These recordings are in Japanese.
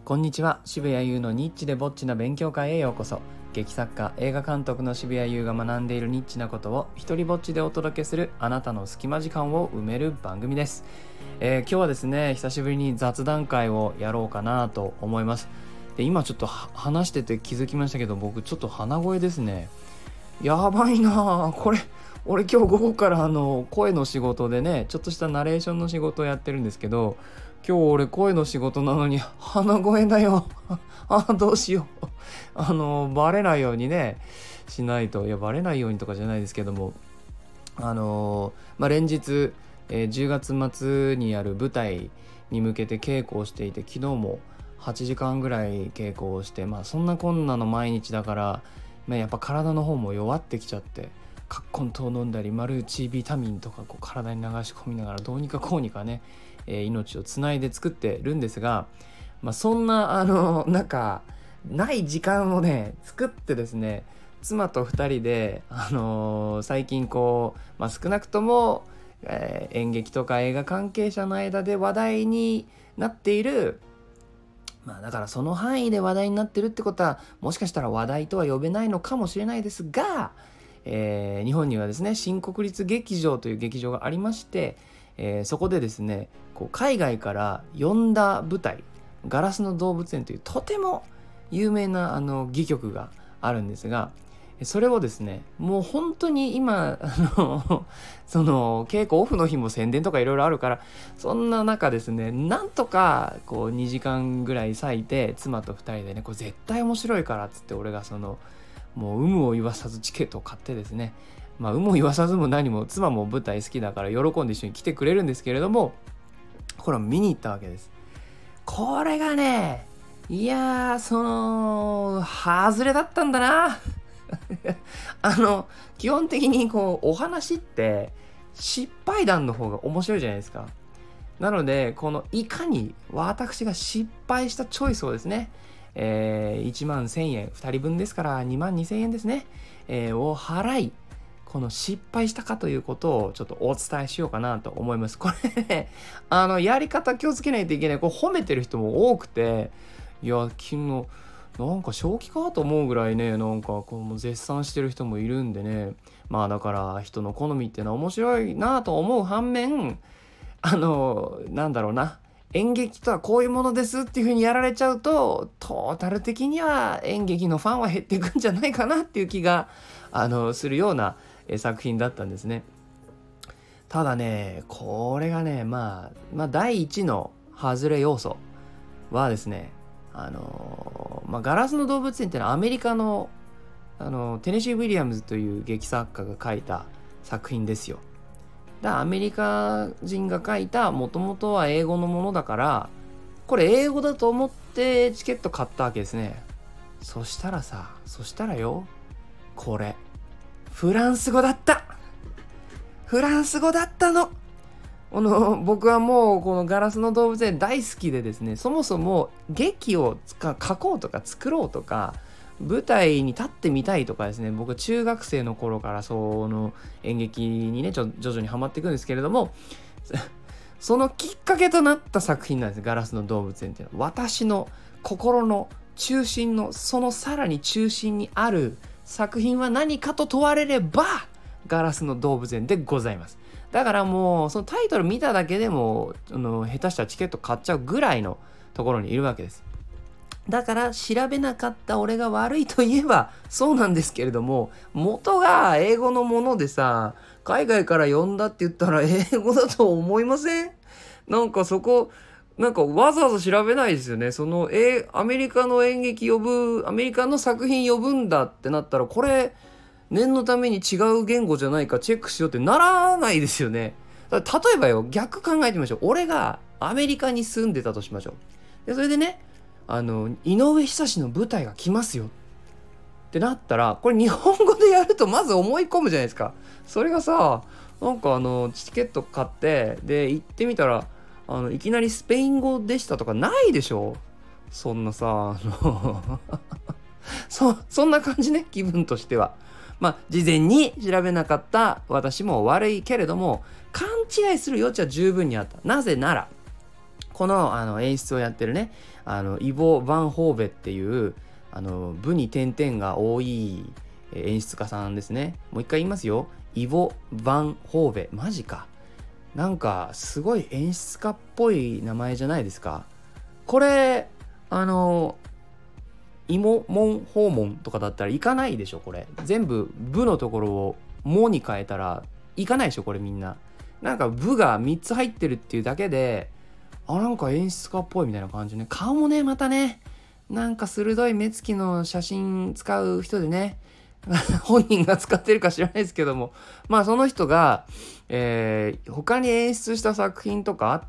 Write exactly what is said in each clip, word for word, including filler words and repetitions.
こんにちは。渋谷優のニッチでぼっちな勉強会へようこそ。劇作家、映画監督の渋谷優が学んでいるニッチなことを一人ぼっちでお届けするあなたの隙間時間を埋める番組です。えー、今日はですね、久しぶりに雑談会をやろうかなと思います。で、今ちょっと話してて気づきましたけど、僕ちょっと鼻声ですね。やばいなこれ。俺今日午後からあの声の仕事でね、ちょっとしたナレーションの仕事をやってるんですけど、今日俺声の仕事なのに鼻声だよあどうしようあのバレないようにねしないと。いやバレないようにとかじゃないですけども、あのまあ連日、えー、じゅうがつ末にやる舞台に向けて稽古をしていて、昨日もはちじかんぐらい稽古をして、まあそんなこんなの毎日だから、まあ、やっぱ体の方も弱ってきちゃって、カッコン糖飲んだりマルチビタミンとかこう体に流し込みながらどうにかこうにかね、えー、命をつないで作ってるんですが、まあ、そんなあのなんかない時間をね作ってですね、妻とふたりで、あのー、最近こう、まあ、少なくとも、えー、演劇とか映画関係者の間で話題になっている、まあだからその範囲で話題になってるってことはもしかしたら話題とは呼べないのかもしれないですが、えー、日本にはですね新国立劇場という劇場がありまして、えー、そこでですねこう海外から呼んだ舞台、ガラスの動物園というとても有名なあの戯曲があるんですが、それをですねもう本当に今あのその稽古オフの日も宣伝とかいろいろあるから、そんな中ですねなんとかこうにじかんぐらい割いて妻とふたりでね、これ絶対面白いからっつって、俺がそのもう有無を言わさずチケットを買ってですね、まあ有無を言わさずも何も妻も舞台好きだから喜んで一緒に来てくれるんですけれども、これを見に行ったわけです。これがね、いやーその外れだったんだなあの基本的にこうお話って失敗談の方が面白いじゃないですか。なのでこのいかに私が失敗したチョイスをですね、えー、いちまんせんえんふたりぶんですからにまんにせんえんですね、えー、を払い、この失敗したかということをちょっとお伝えしようかなと思います。これねあのやり方気をつけないといけない。これ褒めてる人も多くて、いや昨日なんか正気かと思うぐらいね、なんかこうもう絶賛してる人もいるんでね、まあだから人の好みっていうのは面白いなと思う反面、あのなんだろうな、演劇とはこういうものですっていう風にやられちゃうと、トータル的には演劇のファンは減っていくんじゃないかなっていう気があのするような作品だったんですね。ただねこれがね、まあ、まあ第一の外れ要素はですね、あのまあ、ガラスの動物園っていうのはアメリカの、あのテネシー・ウィリアムズという劇作家が書いた作品ですよ。だからアメリカ人が書いた、もともとは英語のものだから、これ英語だと思ってチケット買ったわけですね。そしたらさ、そしたらよ、これフランス語だった。フランス語だったの。この僕はもうこのガラスの動物園大好きでですね、そもそも劇を書こうとか作ろうとか舞台に立ってみたいとかですね、僕は中学生の頃からその演劇にねちょ徐々にハマっていくんですけれども、そのきっかけとなった作品なんです。ガラスの動物園っていうのは私の心の中心のそのさらに中心にある作品は何かと問われればガラスの動物園でございます。だからもうそのタイトル見ただけでもあの下手したらチケット買っちゃうぐらいのところにいるわけです。だから調べなかった俺が悪いといえばそうなんですけれども、元が英語のものでさ、海外から呼んだって言ったら英語だと思いません？なんかそこなんかわざわざ調べないですよね。そのえアメリカの演劇呼ぶ、アメリカの作品呼ぶんだってなったら、これ念のために違う言語じゃないかチェックしようってならないですよね。だから例えばよ、逆考えてみましょう。俺がアメリカに住んでたとしましょう。でそれでね、あの井上久志の舞台が来ますよってなったら、これ日本語でやるとまず思い込むじゃないですか。それがさ、なんかあのチケット買ってで行ってみたら、あのいきなりスペイン語でしたとかないでしょ。そんなさあのそ, そんな感じね、気分としては。まあ事前に調べなかった私も悪いけれども、勘違いする余地は十分にあった。なぜならこのあの演出をやってるね、あのイボ・ヴァン・ホーベっていうあの部に点々が多い演出家さんですね。もう一回言いますよ。イボ・ヴァン・ホーベ。マジか。なんかすごい演出家っぽい名前じゃないですか。これあのイモモン訪問とかだったら行かないでしょ。これ全部部のところをモに変えたら行かないでしょ。これみんななんか部がみっつ入ってるっていうだけで、あなんか演出家っぽいみたいな感じね。顔もねまたねなんか鋭い目つきの写真使う人でね本人が使ってるか知らないですけども、まあその人が、えー、他に演出した作品とかあって、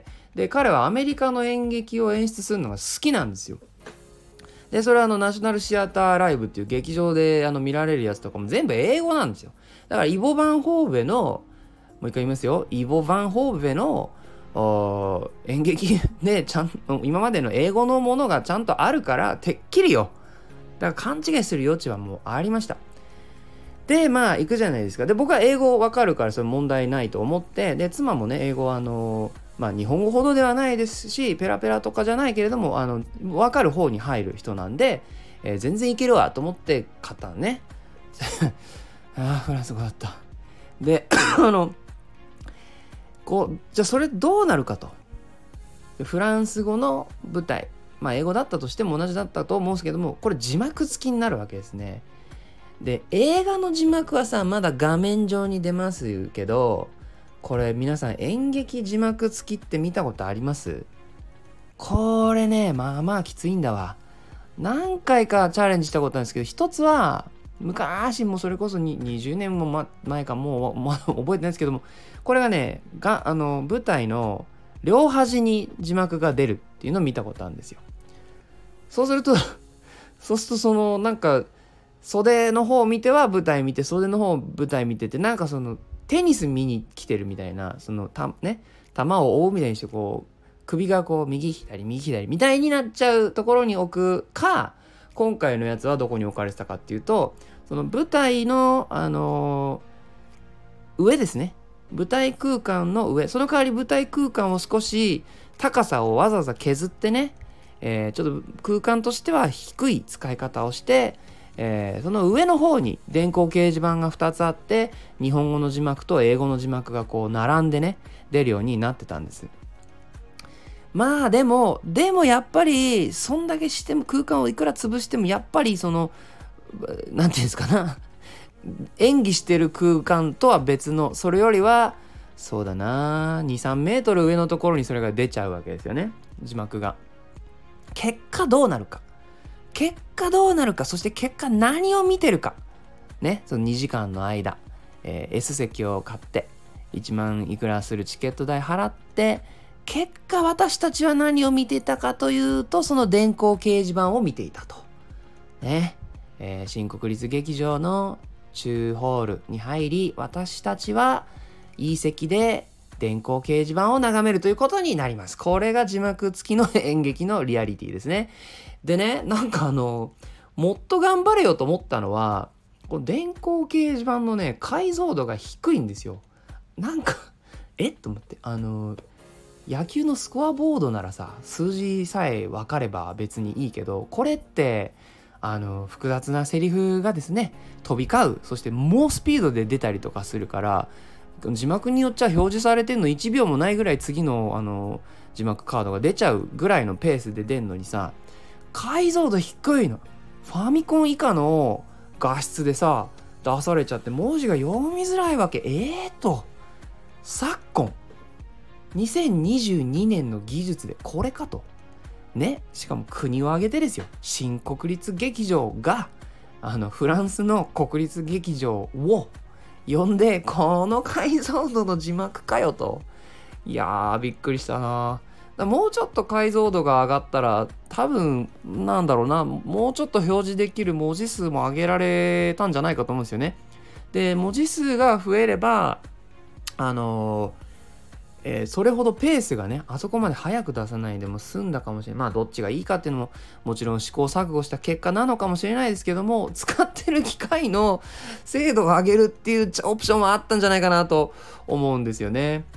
で彼はアメリカの演劇を演出するのが好きなんですよ。でそれはあのナショナルシアターライブっていう劇場であの見られるやつとかも全部英語なんですよ。だからイボ・ヴァン・ホーベのもう一回言いますよ。イボ・ヴァン・ホーベの演劇ねちゃん今までの英語のものがちゃんとあるからてっきりよ。だから勘違いする余地はもうありました。でまあ行くじゃないですか。で僕は英語わかるからそれ問題ないと思って、で妻もね英語はあのまあ日本語ほどではないですしペラペラとかじゃないけれどもあのわかる方に入る人なんで、えー、全然いけるわと思って買ったのねああフランス語だった。であのこうじゃあそれどうなるかと。フランス語の舞台、まあ英語だったとしても同じだったと思うんですけども、これ字幕付きになるわけですね。で映画の字幕はさまだ画面上に出ますけど、これ皆さん演劇字幕付きって見たことあります？これねまあまあきついんだわ。何回かチャレンジしたことなんですけど、一つは昔もうそれこそににじゅうねんも前かもう、ま、覚えてないですけども、これがねがあの舞台の両端に字幕が出るっていうのを見たことあるんですよ。そうするとそうするとそのなんか袖の方を見ては舞台見て、袖の方を舞台見てて、なんかそのテニス見に来てるみたいな、そのたね球を追うみたいにしてこう首がこう右左右左みたいになっちゃうところに置くか、今回のやつはどこに置かれてたかっていうと、その舞台のあのー、上ですね。舞台空間の上、その代わり舞台空間を少し高さをわざわざ削ってね、えー、ちょっと空間としては低い使い方をして、えー、その上の方に電光掲示板がふたつあって、日本語の字幕と英語の字幕がこう並んでね出るようになってたんです。まあでもでもやっぱりそんだけしても空間をいくら潰してもやっぱりそのなんていうんですかな演技してる空間とは別の、それよりはそうだな にさんメートル上のところにそれが出ちゃうわけですよね、字幕が。結果どうなるか結果どうなるかそして結果何を見てるかね、そのにじかんの間、えー、S 席を買っていちまんいくらするチケット代払って、結果私たちは何を見ていたかというと、その電光掲示板を見ていたとね、えー、新国立劇場の中ホールに入り、私たちはいい席で電光掲示板を眺めるということになります。これが字幕付きの演劇のリアリティですね。でね、なんかあのもっと頑張れよと思ったのは、この電光掲示板のね解像度が低いんですよ。なんかえっと思って、あの野球のスコアボードならさ数字さえ分かれば別にいいけど、これってあの複雑なセリフがですね飛び交う、そして猛スピードで出たりとかするから、字幕によっちゃ表示されてんのいちびょうもないぐらい次のあの字幕カードが出ちゃうぐらいのペースで出んのにさ、解像度低いの。ファミコン以下の画質でさ出されちゃって文字が読みづらいわけ。えーと昨今にせんにじゅうにねんの技術でこれかとね。しかも国を挙げてですよ、新国立劇場があのフランスの国立劇場を呼んでこの解像度の字幕かよと。いやーびっくりしたな。もうちょっと解像度が上がったら多分なんだろうな、もうちょっと表示できる文字数も上げられたんじゃないかと思うんですよね。で文字数が増えればあのーえー、それほどペースがねあそこまで早く出さないでも済んだかもしれない。まあどっちがいいかっていうのももちろん試行錯誤した結果なのかもしれないですけども、使ってる機械の精度を上げるっていうオプションはあったんじゃないかなと思うんですよね。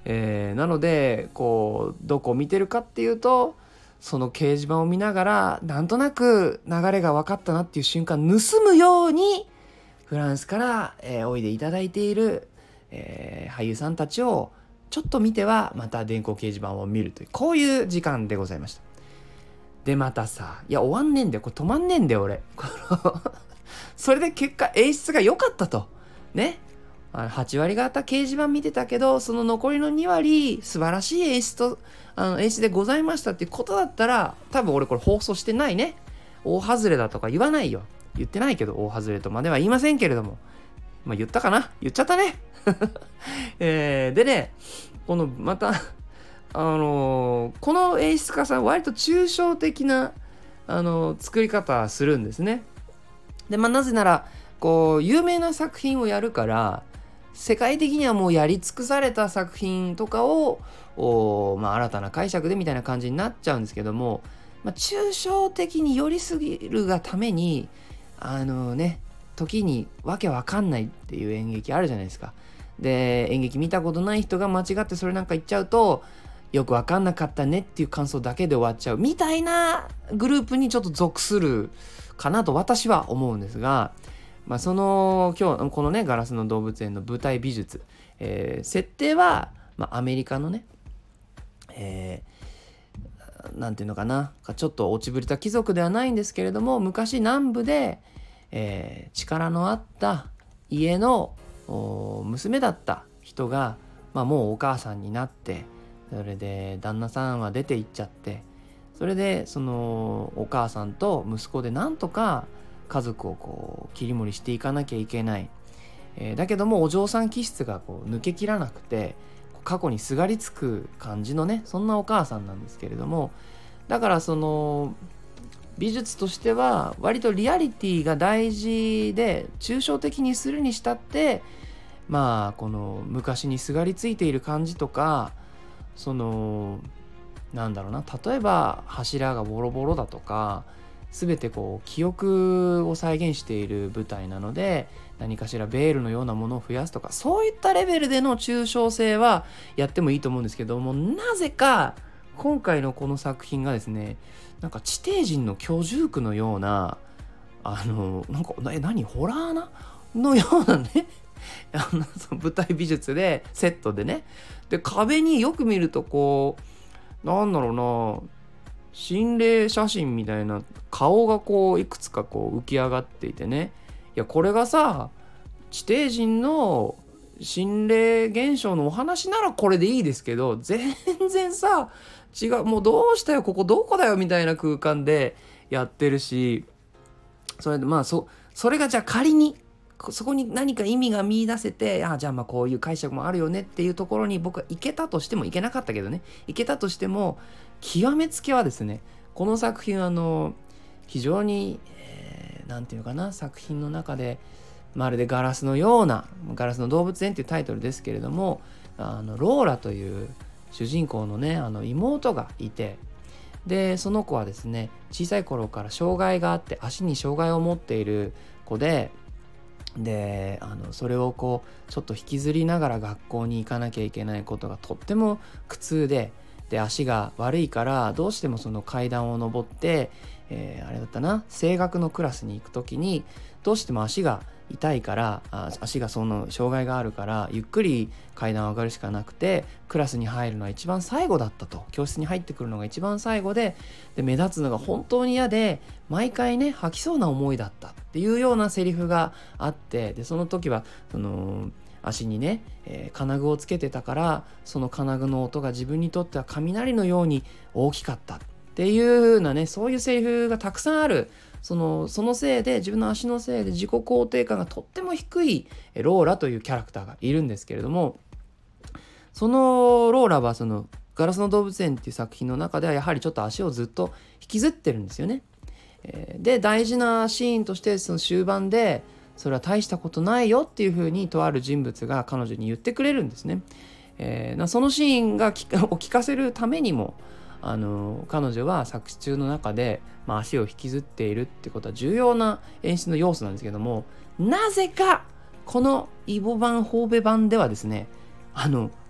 えーなのでこうどこを見てるかっていうと、その掲示板を見ながらなんとなく流れが分かったなっていう瞬間盗むようにフランスから、えーおいでいただいている、えー俳優さんたちをちょっと見てはまた電光掲示板を見るという、こういう時間でございました。でまたさ、いや終わんねえんだよ、これ止まんねえんだよ俺このそれで結果演出が良かったとね、あのはち割方掲示板見てたけど、その残りのに割素晴らしい演出とあの演出でございましたっていうことだったら、多分俺これ放送してないね、大外れだとか言わないよ、言ってないけど、大外れとまでは言いませんけれども、まあ言ったかな、言っちゃったねえー、でね、このまたあのー、この演出家さん割と抽象的な、あのー、作り方するんですね。でまあなぜならこう有名な作品をやるから、世界的にはもうやり尽くされた作品とかをお、まあ、新たな解釈でみたいな感じになっちゃうんですけども、まあ、抽象的に寄りすぎるがためにあのね時にわけわかんないっていう演劇あるじゃないですか。で演劇見たことない人が間違ってそれなんか言っちゃうと、よくわかんなかったねっていう感想だけで終わっちゃうみたいなグループにちょっと属するかなと私は思うんですが、まあ、その今日このねガラスの動物園の舞台美術、えー、設定は、まあ、アメリカのね、えー、なんていうのかな、ちょっと落ちぶれた貴族ではないんですけれども、昔南部で、えー、力のあった家の娘だった人が、まあ、もうお母さんになって、それで旦那さんは出て行っちゃって、それでそのお母さんと息子でなんとか家族をこう切り盛りしていかなきゃいけない、えー、だけどもお嬢さん気質がこう抜けきらなくて過去にすがりつく感じのね、そんなお母さんなんですけれども、だからその美術としては割とリアリティが大事で、抽象的にするにしたってまあこの昔にすがりついている感じとか、そのなんだろうな、例えば柱がボロボロだとか、全てこう記憶を再現している舞台なので何かしらベールのようなものを増やすとか、そういったレベルでの抽象性はやってもいいと思うんですけども、なぜか今回のこの作品がですね、なんか地底人の居住区のような、あのなんかえ何ホラーなのようなねあのその舞台美術でセットでね、で壁によく見るとこうなんだろうな、心霊写真みたいな顔がこういくつかこう浮き上がっていてね、いやこれがさ地底人の心霊現象のお話ならこれでいいですけど、全然さ違う、もうどうしたよここどこだよみたいな空間でやってるし、それでまあそそれがじゃあ仮にそこに何か意味が見出せて、あじゃあまあこういう解釈もあるよねっていうところに僕は行けたとしても、行けなかったけどね、行けたとしても極めつけはですね、この作品はあの非常に、えー、なんていうのかな、作品の中でまるでガラスのような、ガラスの動物園っていうタイトルですけれども、あのローラという主人公のねあの妹がいて、でその子はですね小さい頃から障害があって、足に障害を持っている子で、であのそれをこうちょっと引きずりながら学校に行かなきゃいけないことがとっても苦痛で、で足が悪いからどうしてもその階段を上って、えー、あれだったな、声楽のクラスに行く時にどうしても足が痛いから、あ足がその障害があるからゆっくり階段を上がるしかなくて、クラスに入るのは一番最後だったと、教室に入ってくるのが一番最後で、で目立つのが本当に嫌で毎回ね吐きそうな思いだったっていうようなセリフがあって、でその時はその足にね、えー、金具をつけてたから、その金具の音が自分にとっては雷のように大きかったっていう風なね、そういうセリフがたくさんある。そのそのせいで、自分の足のせいで自己肯定感がとっても低いローラというキャラクターがいるんですけれども、そのローラはそのガラスの動物園っていう作品の中ではやはりちょっと足をずっと引きずってるんですよね。で大事なシーンとしてその終盤で、それは大したことないよっていうふうにとある人物が彼女に言ってくれるんですね。えー、そのシーンがを聞かせるためにも、あの彼女は作中の中で、まあ、足を引きずっているってことは重要な演出の要素なんですけども、なぜかこのイボ版ホーベ版ではですね、あの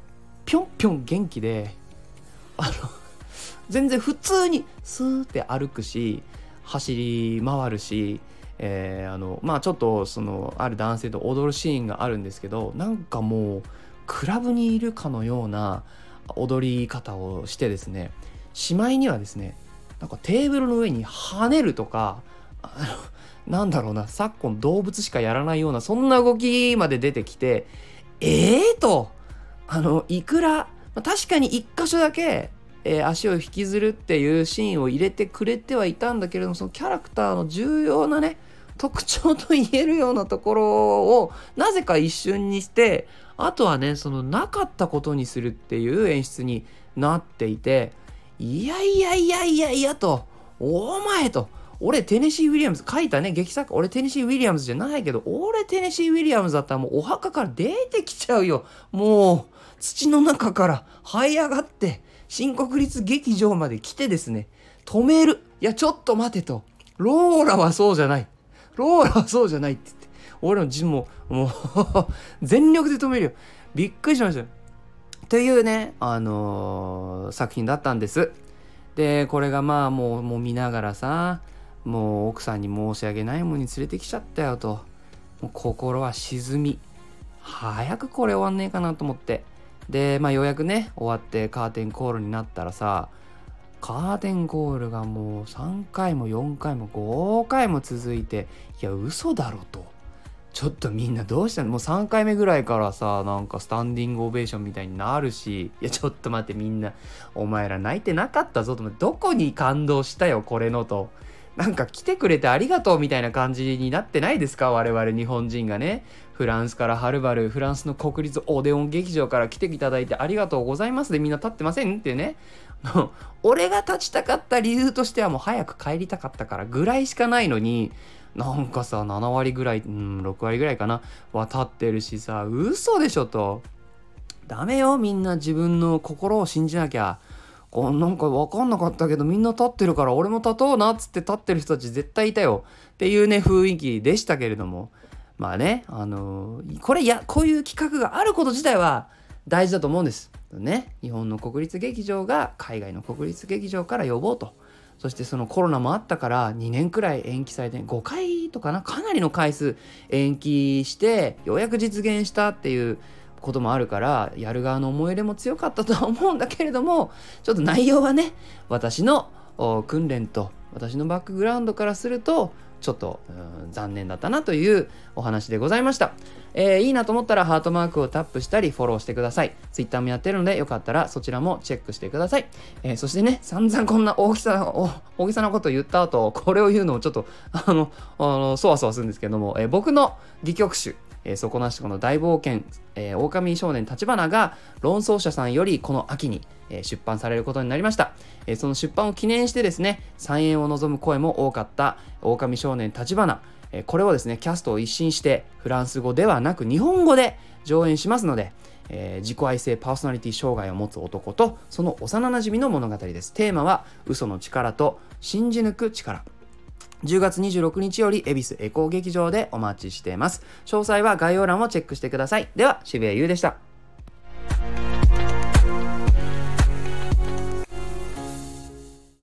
ぴょんぴょん元気で、あの全然普通にスーって歩くし走り回るし、えー、あのまあちょっとそのある男性と踊るシーンがあるんですけど、なんかもうクラブにいるかのような踊り方をしてですね、しまいにはですね、なんかテーブルの上に跳ねるとか、あのなんだろうな、昨今動物しかやらないようなそんな動きまで出てきて、ええー、とあのいくら確かに一箇所だけ、えー、足を引きずるっていうシーンを入れてくれてはいたんだけれども、そのキャラクターの重要なね特徴と言えるようなところをなぜか一瞬にして、あとはねそのなかったことにするっていう演出になっていて、いやいやいやいやいやと、お前と、俺テネシー・ウィリアムズ書いたね劇作家、俺テネシー・ウィリアムズじゃないけど、俺テネシー・ウィリアムズだったらもうお墓から出てきちゃうよ。もう土の中から這い上がって新国立劇場まで来てですね、止める。いやちょっと待てと、ローラはそうじゃない、ローラはそうじゃないって言って、俺の字ももう全力で止めるよ。びっくりしましたよ。というね、あのー、作品だったんです。でこれがまあもうもう見ながらさ、もう奥さんに申し訳ないものに連れてきちゃったよと、もう心は沈み、早くこれ終わんねえかなと思って、でまあようやくね終わってカーテンコールになったらさ、カーテンコールがもうさんかいもよんかいもごかいも続いて、いや嘘だろと、ちょっとみんなどうしたの、もうさんかいめぐらいからさなんかスタンディングオベーションみたいになるし、いやちょっと待って、みんなお前ら泣いてなかったぞと、どこに感動したよこれのと、なんか来てくれてありがとうみたいな感じになってないですか、我々日本人がね。フランスからはるばる、フランスの国立オーデオン劇場から来ていただいてありがとうございますでみんな立ってませんってね。俺が立ちたかった理由としてはもう早く帰りたかったからぐらいしかないのに、なんかさななわりぐらい、うん、ろくわりぐらいかなは立ってるしさ、嘘でしょと。ダメよ、みんな自分の心を信じなきゃ。こなんか分かんなかったけどみんな立ってるから俺も立とうなっつって立ってる人たち絶対いたよっていうね雰囲気でしたけれども、まあね、あのー、これやこういう企画があること自体は大事だと思うんですね。日本の国立劇場が海外の国立劇場から呼ぼうと。そしてそのコロナもあったからにねんくらい延期されて、ごかいとかな、かなりの回数延期してようやく実現したっていうこともあるから、やる側の思い入れも強かったとは思うんだけれども、ちょっと内容はね私の訓練と私のバックグラウンドからするとちょっと残念だったなというお話でございました。えー、いいなと思ったらハートマークをタップしたりフォローしてください。ツイッターもやってるのでよかったらそちらもチェックしてください。えー、そしてね、散々こんな大きさ大きさなことを言った後これを言うのをちょっとあのあのそわそわするんですけども、えー、僕の戯曲集えー、底なしこの大冒険、えー、狼少年立花が論争者さんよりこの秋に、えー、出版されることになりました。えー、その出版を記念してですね、再演を望む声も多かった狼少年立花、えー、これをですねキャストを一新してフランス語ではなく日本語で上演しますので、えー、自己愛性パーソナリティ障害を持つ男とその幼なじみの物語です。テーマは嘘の力と信じ抜く力。じゅうがつにじゅうろくにちより恵比寿エコー劇場でお待ちしています。詳細は概要欄をチェックしてください。では渋谷優でした。